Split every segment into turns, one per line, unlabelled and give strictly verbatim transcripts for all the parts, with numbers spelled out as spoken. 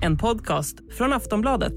en podcast från Aftonbladet.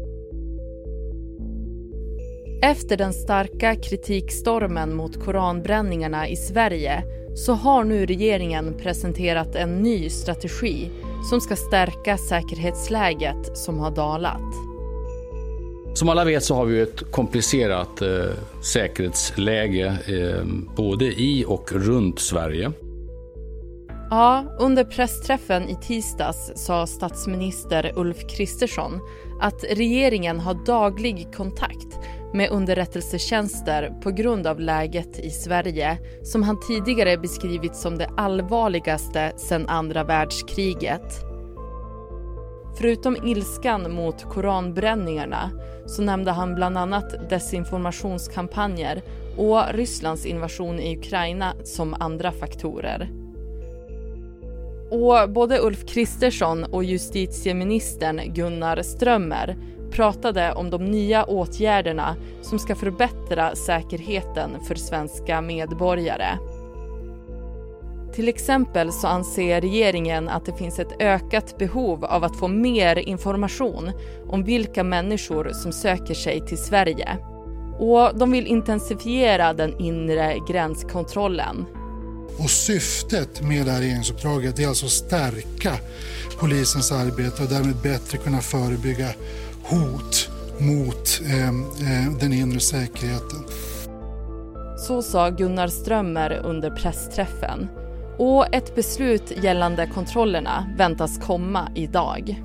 Efter den starka kritikstormen mot koranbränningarna i Sverige så har nu regeringen presenterat en ny strategi som ska stärka säkerhetsläget som har dalat.
Som alla vet så har vi ett komplicerat eh, säkerhetsläge eh, både i och runt Sverige.
Ja, under pressträffen i tisdags sa statsminister Ulf Kristersson att regeringen har daglig kontakt med underrättelsetjänster på grund av läget i Sverige som han tidigare beskrivit som det allvarligaste sedan andra världskriget. Förutom ilskan mot koranbränningarna så nämnde han bland annat desinformationskampanjer och Rysslands invasion i Ukraina som andra faktorer. Och både Ulf Kristersson och justitieministern Gunnar Strömmer pratade om de nya åtgärderna som ska förbättra säkerheten för svenska medborgare. Till exempel så anser regeringen att det finns ett ökat behov av att få mer information om vilka människor som söker sig till Sverige. Och de vill intensifiera den inre gränskontrollen.
Och syftet med det här regeringsuppdraget är alltså att stärka polisens arbete och därmed bättre kunna förebygga hot mot eh, eh, den inre säkerheten.
Så sa Gunnar Strömmer under pressträffen. Och ett beslut gällande kontrollerna väntas komma idag.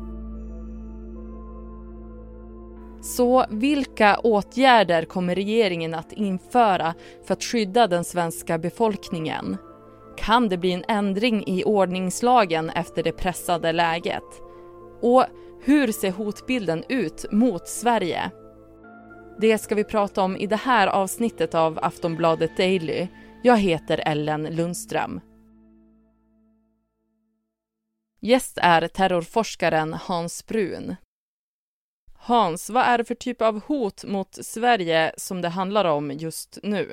Så vilka åtgärder kommer regeringen att införa för att skydda den svenska befolkningen? Kan det bli en ändring i ordningslagen efter det pressade läget? Och hur ser hotbilden ut mot Sverige? Det ska vi prata om i det här avsnittet av Aftonbladet Daily. Jag heter Ellen Lundström. Gäst är terrorforskaren Hans Brun. Hans, vad är det för typ av hot mot Sverige som det handlar om just nu?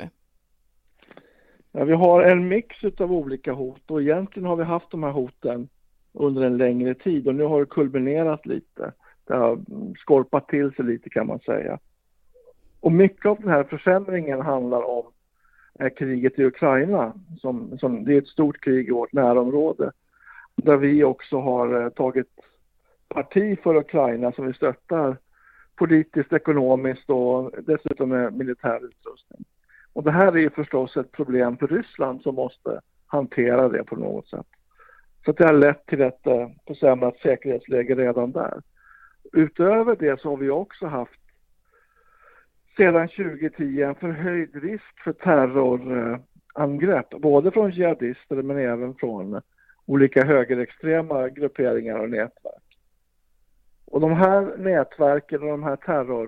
Ja, vi har en mix av olika hot och egentligen har vi haft de här hoten under en längre tid och nu har det kulminerat lite. Det har skorpat till sig lite kan man säga. Och mycket av den här försämringen handlar om eh, kriget i Ukraina. Som, som, det är ett stort krig i vårt närområde. Där vi också har eh, tagit parti för Ukraina som vi stöttar politiskt, ekonomiskt och dessutom med militär utrustning. Och det här är ju förstås ett problem för Ryssland som måste hantera det på något sätt. Så det har lett till ett eh, försämrat säkerhetsläge redan där. Utöver det så har vi också haft sedan tjugo tio en förhöjd risk för terrorangrepp, både från jihadister men även från olika högerextrema grupperingar och nätverk. Och de här nätverken och de här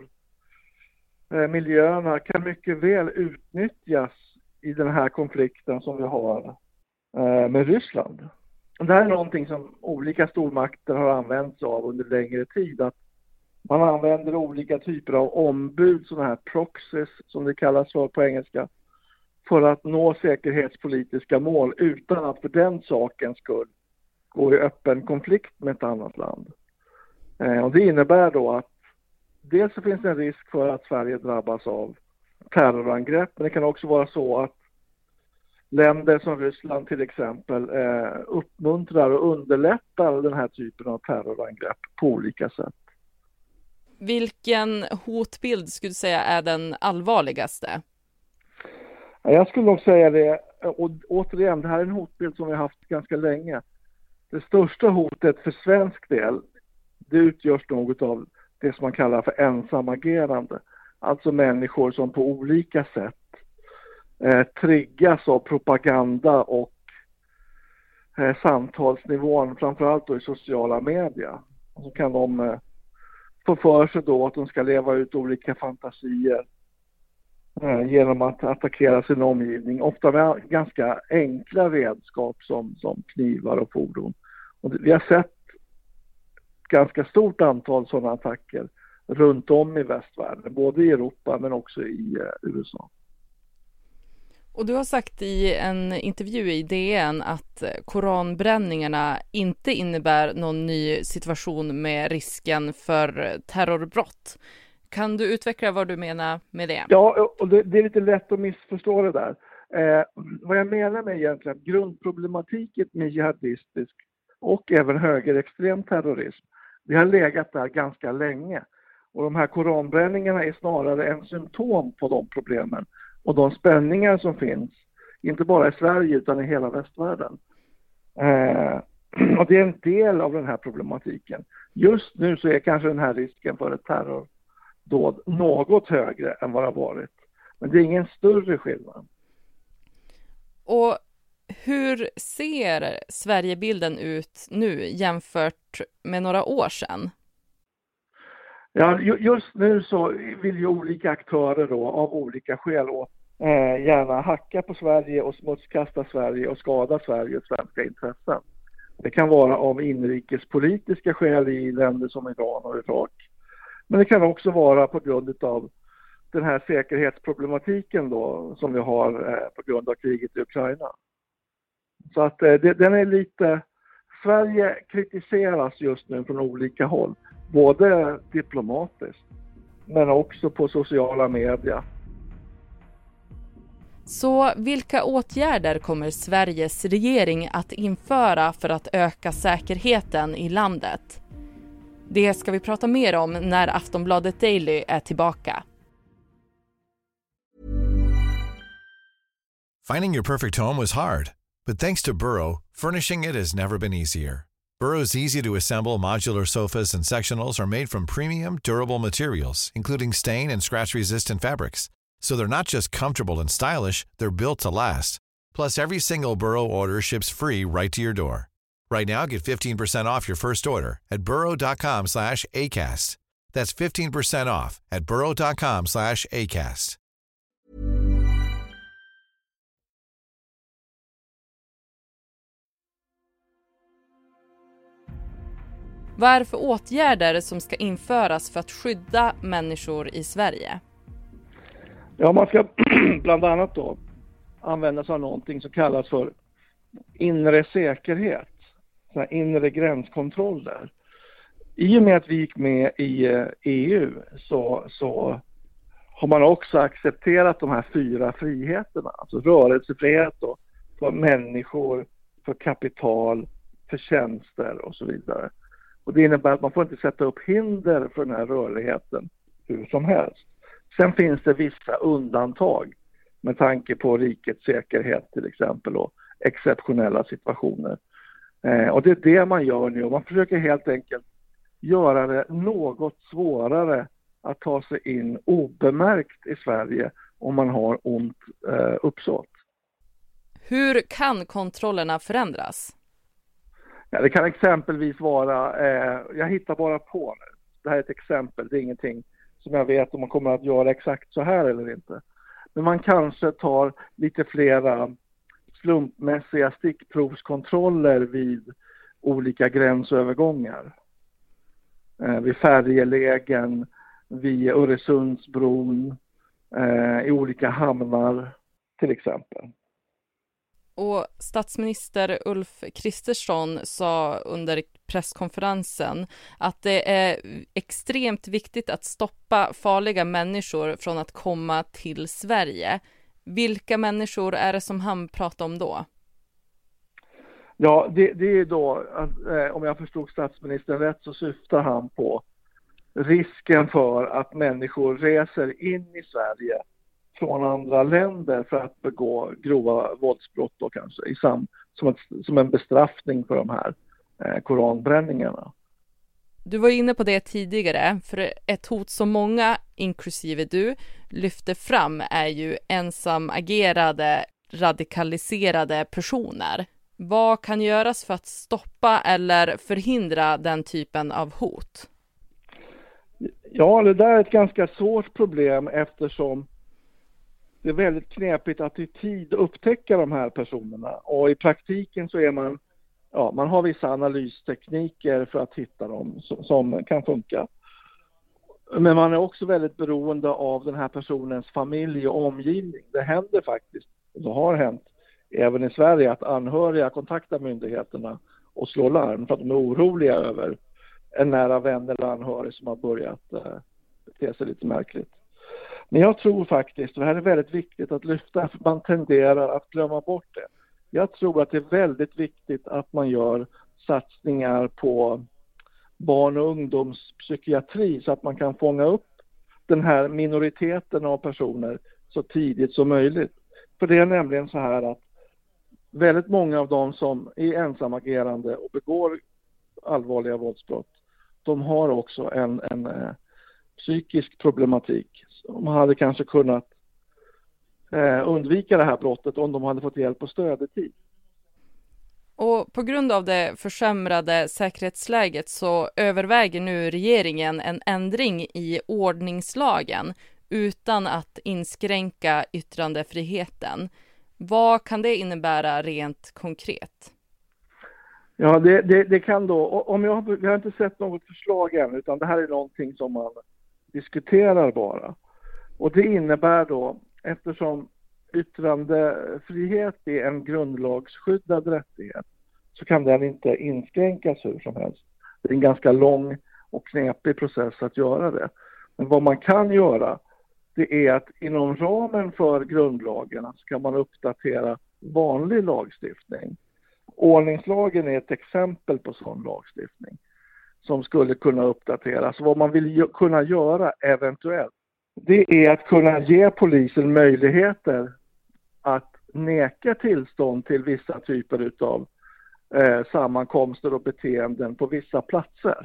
terrormiljöerna kan mycket väl utnyttjas i den här konflikten som vi har med Ryssland. Och det här är någonting som olika stormakter har använt sig av under längre tid, att man använder olika typer av ombud, sådana här proxies som det kallas för på engelska, för att nå säkerhetspolitiska mål utan att för den saken skull gå i öppen konflikt med ett annat land. Eh, och det innebär då att dels så finns det en risk för att Sverige drabbas av terrorangrepp, men det kan också vara så att länder som Ryssland till exempel eh, uppmuntrar och underlättar den här typen av terrorangrepp på olika sätt.
Vilken hotbild skulle du säga är den allvarligaste?
Jag skulle nog säga det, och återigen, det här är en hotbild som vi har haft ganska länge. Det största hotet för svensk del, det utgörs något av det som man kallar för ensamagerande. Alltså människor som på olika sätt eh, triggas av propaganda och eh, samtalsnivån, framförallt då i sociala medier. Och så kan de eh, få för sig då att de ska leva ut olika fantasier eh, genom att attackera sin omgivning. Ofta med ganska enkla redskap som, som knivar och fordon. Och vi har sett ganska stort antal sådana attacker runt om i västvärlden, både i Europa men också i eh, U S A.
Och du har sagt i en intervju i D N att koranbränningarna inte innebär någon ny situation med risken för terrorbrott. Kan du utveckla vad du menar med det?
Ja, och det, det är lite lätt att missförstå det där. Eh, vad jag menar med egentligen grundproblematiken med jihadistisk och även högerextrem terrorism, det har legat där ganska länge. Och de här koranbränningarna är snarare en symptom på de problemen och de spänningar som finns, inte bara i Sverige utan i hela västvärlden. Eh, och det är en del av den här problematiken. Just nu så är kanske den här risken för ett terrordåd något högre än vad det har varit. Men det är ingen större skillnad.
Och hur ser Sverigebilden ut nu jämfört med några år sedan?
Ja, just nu så vill ju olika aktörer då, av olika skäl då, eh, gärna hacka på Sverige och smutskasta Sverige och skada Sverige och svenska intressen. Det kan vara av inrikespolitiska skäl i länder som Iran och Irak. Men det kan också vara på grund av den här säkerhetsproblematiken då som vi har eh, på grund av kriget i Ukraina. Så att eh, det, den är lite... Sverige kritiseras just nu från olika håll. Både diplomatiskt men också på sociala medier.
Så vilka åtgärder kommer Sveriges regering att införa för att öka säkerheten i landet? Det ska vi prata mer om när Aftonbladet Daily är tillbaka.
Finding your perfect home was hard, but thanks to Burrow, furnishing it has never been easier. Burrow's easy-to-assemble modular sofas and sectionals are made from premium, durable materials, including stain and scratch-resistant fabrics. So they're not just comfortable and stylish, they're built to last. Plus, every single Burrow order ships free right to your door. Right now, get fifteen percent off your first order at burrow.com slash ACAST. That's fifteen percent off at burrow.com slash ACAST.
Vad är det för åtgärder som ska införas för att skydda människor i Sverige?
Ja, man ska bland annat då använda sig av någonting som kallas för inre säkerhet. Så här inre gränskontroller. I och med att vi gick med i E U så, så har man också accepterat de här fyra friheterna. Alltså rörelsefrihet då, för människor, för kapital, för tjänster och så vidare. Och det innebär att man får inte sätta upp hinder för den här rörligheten hur som helst. Sen finns det vissa undantag med tanke på rikets säkerhet till exempel och exceptionella situationer. Eh, och det är det man gör nu och man försöker helt enkelt göra det något svårare att ta sig in obemärkt i Sverige om man har ont eh, uppsåt.
Hur kan kontrollerna förändras?
Ja, det kan exempelvis vara, eh, jag hittar bara på nu. Det här är ett exempel, det är ingenting som jag vet om man kommer att göra exakt så här eller inte. Men man kanske tar lite flera slumpmässiga stickprovskontroller vid olika gränsövergångar. Eh, vid färjelägen, vid Öresundsbron, eh, i olika hamnar till exempel.
Och statsminister Ulf Kristersson sa under presskonferensen att det är extremt viktigt att stoppa farliga människor från att komma till Sverige. Vilka människor är det som han pratar om då?
Ja, det, det är då, eh, om jag förstod statsministern rätt så syftar han på risken för att människor reser in i Sverige från andra länder för att begå grova våldsbrott då kanske, i sam, som, ett, som en bestraffning för de här eh, koranbränningarna.
Du var inne på det tidigare, för ett hot som många, inklusive du, lyfter fram är ju ensamagerade, radikaliserade personer. Vad kan göras för att stoppa eller förhindra den typen av hot?
Ja, det där är ett ganska svårt problem eftersom det är väldigt knepigt att i tid upptäcka de här personerna. Och i praktiken så är man, ja, man har vissa analystekniker för att hitta dem som, som kan funka. Men man är också väldigt beroende av den här personens familj och omgivning. Det händer faktiskt Det har hänt även i Sverige att anhöriga kontaktar myndigheterna och slår larm för att de är oroliga över en nära vän eller anhörig som har börjat eh, bete sig lite märkligt. Men jag tror faktiskt, och det här är väldigt viktigt att lyfta, för man tenderar att glömma bort det. Jag tror att det är väldigt viktigt att man gör satsningar på barn- och ungdomspsykiatri så att man kan fånga upp den här minoriteten av personer så tidigt som möjligt. För det är nämligen så här att väldigt många av dem som är ensamagerande och begår allvarliga våldsbrott, de har också en, en eh, psykisk problematik. De hade kanske kunnat eh, undvika det här brottet om de hade fått hjälp och stöd i tid.
Och på grund av det försämrade säkerhetsläget så överväger nu regeringen en ändring i ordningslagen utan att inskränka yttrandefriheten. Vad kan det innebära rent konkret?
Ja, det, det, det kan då, om jag, jag har inte sett något förslag än, utan det här är någonting som man diskuterar bara. Och det innebär då, eftersom yttrandefrihet är en grundlagsskyddad rättighet, så kan den inte inskränkas hur som helst. Det är en ganska lång och knepig process att göra det. Men vad man kan göra, det är att inom ramen för grundlagarna så kan man uppdatera vanlig lagstiftning. Ordningslagen är ett exempel på sån lagstiftning som skulle kunna uppdateras. Vad man vill ju kunna göra eventuellt, det är att kunna ge polisen möjligheter att neka tillstånd till vissa typer utav eh, sammankomster och beteenden på vissa platser.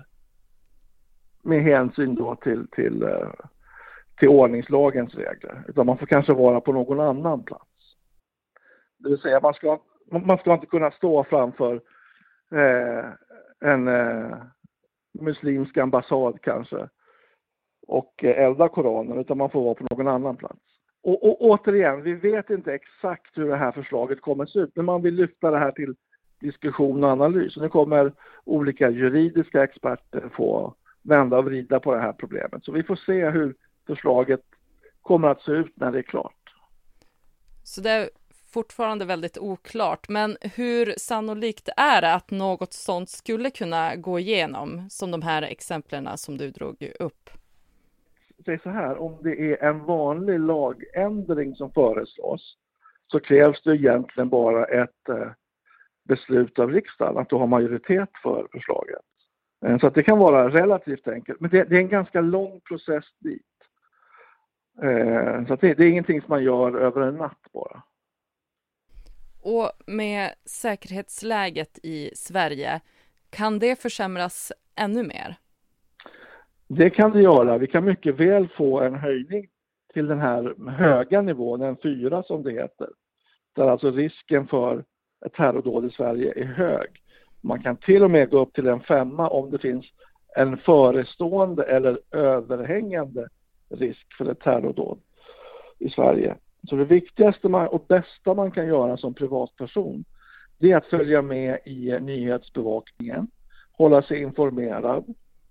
Med hänsyn då till, till, eh, till ordningslagens regler. Utan man får kanske vara på någon annan plats. Det vill säga man ska, man ska inte kunna stå framför eh, en eh, muslimsk ambassad kanske och elda Koranen, utan man får vara på någon annan plats. Och, och återigen, vi vet inte exakt hur det här förslaget kommer att se ut, men man vill lyfta det här till diskussion och analys. Och nu kommer olika juridiska experter få vända och vrida på det här problemet. Så vi får se hur förslaget kommer att se ut när det är klart.
Så det är fortfarande väldigt oklart, men hur sannolikt är det att något sånt skulle kunna gå igenom, som de här exemplen som du drog upp?
Säg så här, om det är en vanlig lagändring som föreslås så krävs det egentligen bara ett eh, beslut av riksdagen, att du har majoritet för förslaget. Eh, så att det kan vara relativt enkelt, men det, det är en ganska lång process dit. Eh, så att det, det är ingenting som man gör över en natt bara.
Och med säkerhetsläget i Sverige, kan det försämras ännu mer?
Det kan det göra. Vi kan mycket väl få en höjning till den här höga nivån, en fyra som det heter. Där alltså risken för ett terrordåd i Sverige är hög. Man kan till och med gå upp till en femma om det finns en förestående eller överhängande risk för ett terrordåd i Sverige. Så det viktigaste man, och bästa man kan göra som privatperson, det är att följa med i nyhetsbevakningen, hålla sig informerad.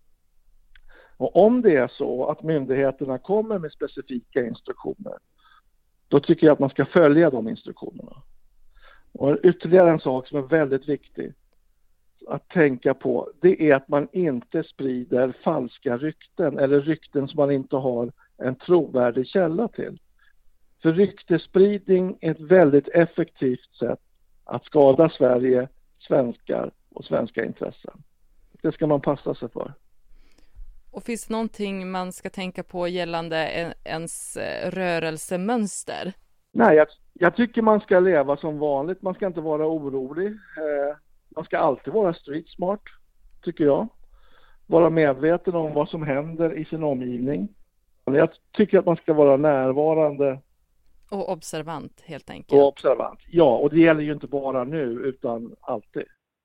Och om det är så att myndigheterna kommer med specifika instruktioner, då tycker jag att man ska följa de instruktionerna. Och ytterligare en sak som är väldigt viktig att tänka på, det är att man inte sprider falska rykten eller rykten som man inte har en trovärdig källa till. För ryktespridning är ett väldigt effektivt sätt att skada Sverige, svenskar och svenska intressen. Det ska man passa sig för.
Och finns det någonting man ska tänka på gällande ens rörelsemönster?
Nej, jag, jag tycker man ska leva som vanligt. Man ska inte vara orolig. Eh, man ska alltid vara street smart, tycker jag. Vara medveten om vad som händer i sin omgivning. Jag tycker att man ska vara närvarande.
Och observant helt enkelt.
Och observant, ja. Och det gäller ju inte bara nu utan alltid.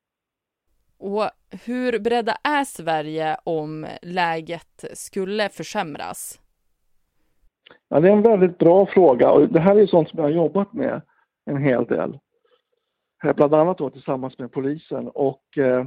Och hur beredda är Sverige om läget skulle försämras?
Ja, det är en väldigt bra fråga och det här är sånt som jag har jobbat med en hel del. Bland annat då tillsammans med polisen. Och eh,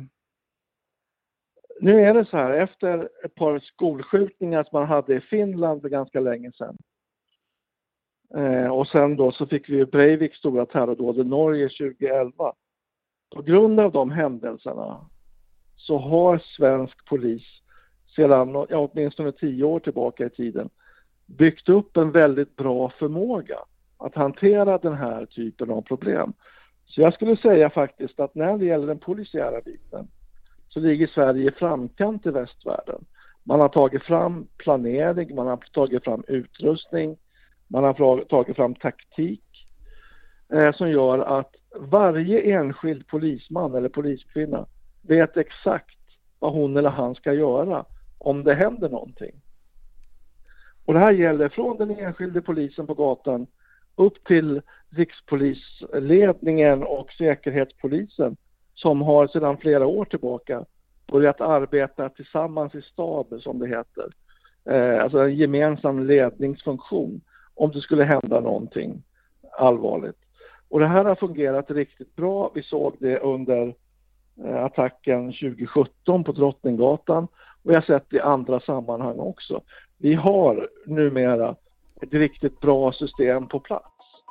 nu är det så här, efter ett par skolskjutningar som man hade i Finland för ganska länge sedan. Eh, och sen då så fick vi ju Breiviks stora terrordåd i Norge tjugoelva. På grund av de händelserna så har svensk polis sedan ja, åtminstone tio år tillbaka i tiden byggt upp en väldigt bra förmåga att hantera den här typen av problem. Så jag skulle säga faktiskt att när det gäller den polisiära biten så ligger Sverige i framkant i västvärlden. Man har tagit fram planering, man har tagit fram utrustning, man har tagit fram taktik eh, som gör att varje enskild polisman eller poliskvinna vet exakt vad hon eller han ska göra om det händer någonting. Och det här gäller från den enskilde polisen på gatan upp till rikspolisledningen och säkerhetspolisen som har sedan flera år tillbaka börjat arbeta tillsammans i stab som det heter. Eh, alltså en gemensam ledningsfunktion om det skulle hända någonting allvarligt. Och det här har fungerat riktigt bra. Vi såg det under eh, attacken tjugo sjutton på Drottninggatan och jag har sett det i andra sammanhang också. Vi har numera ett riktigt bra system på plats.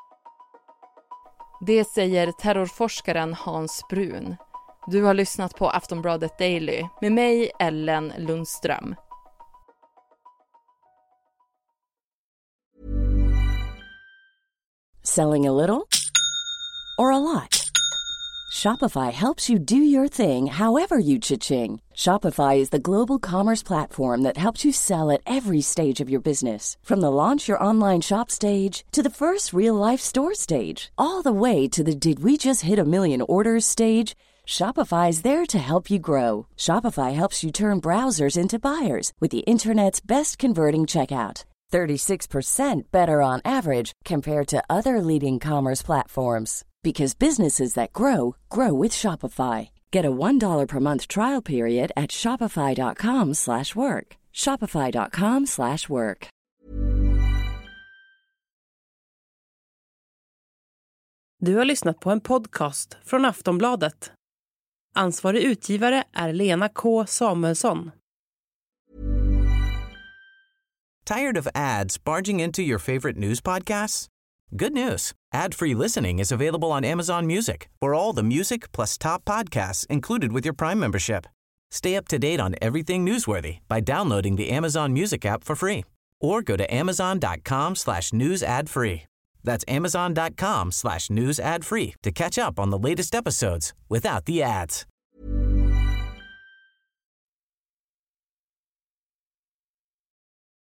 Det säger terrorforskaren Hans Brun. Du har lyssnat på Aftonbladet Daily med mig, Ellen Lundström.
Selling a little or a lot? Shopify helps you do your thing however you cha-ching. Shopify is the global commerce platform that helps you sell at every stage of your business. From the launch your online shop stage to the first real-life store stage, all the way to the did we just hit a million orders stage. Shopify is there to help you grow. Shopify helps you turn browsers into buyers with the internet's best converting checkout. thirty-six percent better on average compared to other leading commerce platforms. Because businesses that grow, grow with Shopify. Get a one dollar per month trial period at shopify.com slash work. Shopify.com slash work.
Du har lyssnat på en podcast från Aftonbladet. Ansvarig utgivare är Lena K. Samuelsson.
Tired of ads barging into your favorite news podcasts? Good news. Ad-free listening is available on Amazon Music for all the music plus top podcasts included with your Prime membership. Stay up to date on everything newsworthy by downloading the Amazon Music app for free or go to amazon.com slash news ad free. That's amazon.com slash news ad free to catch up on the latest episodes without the ads.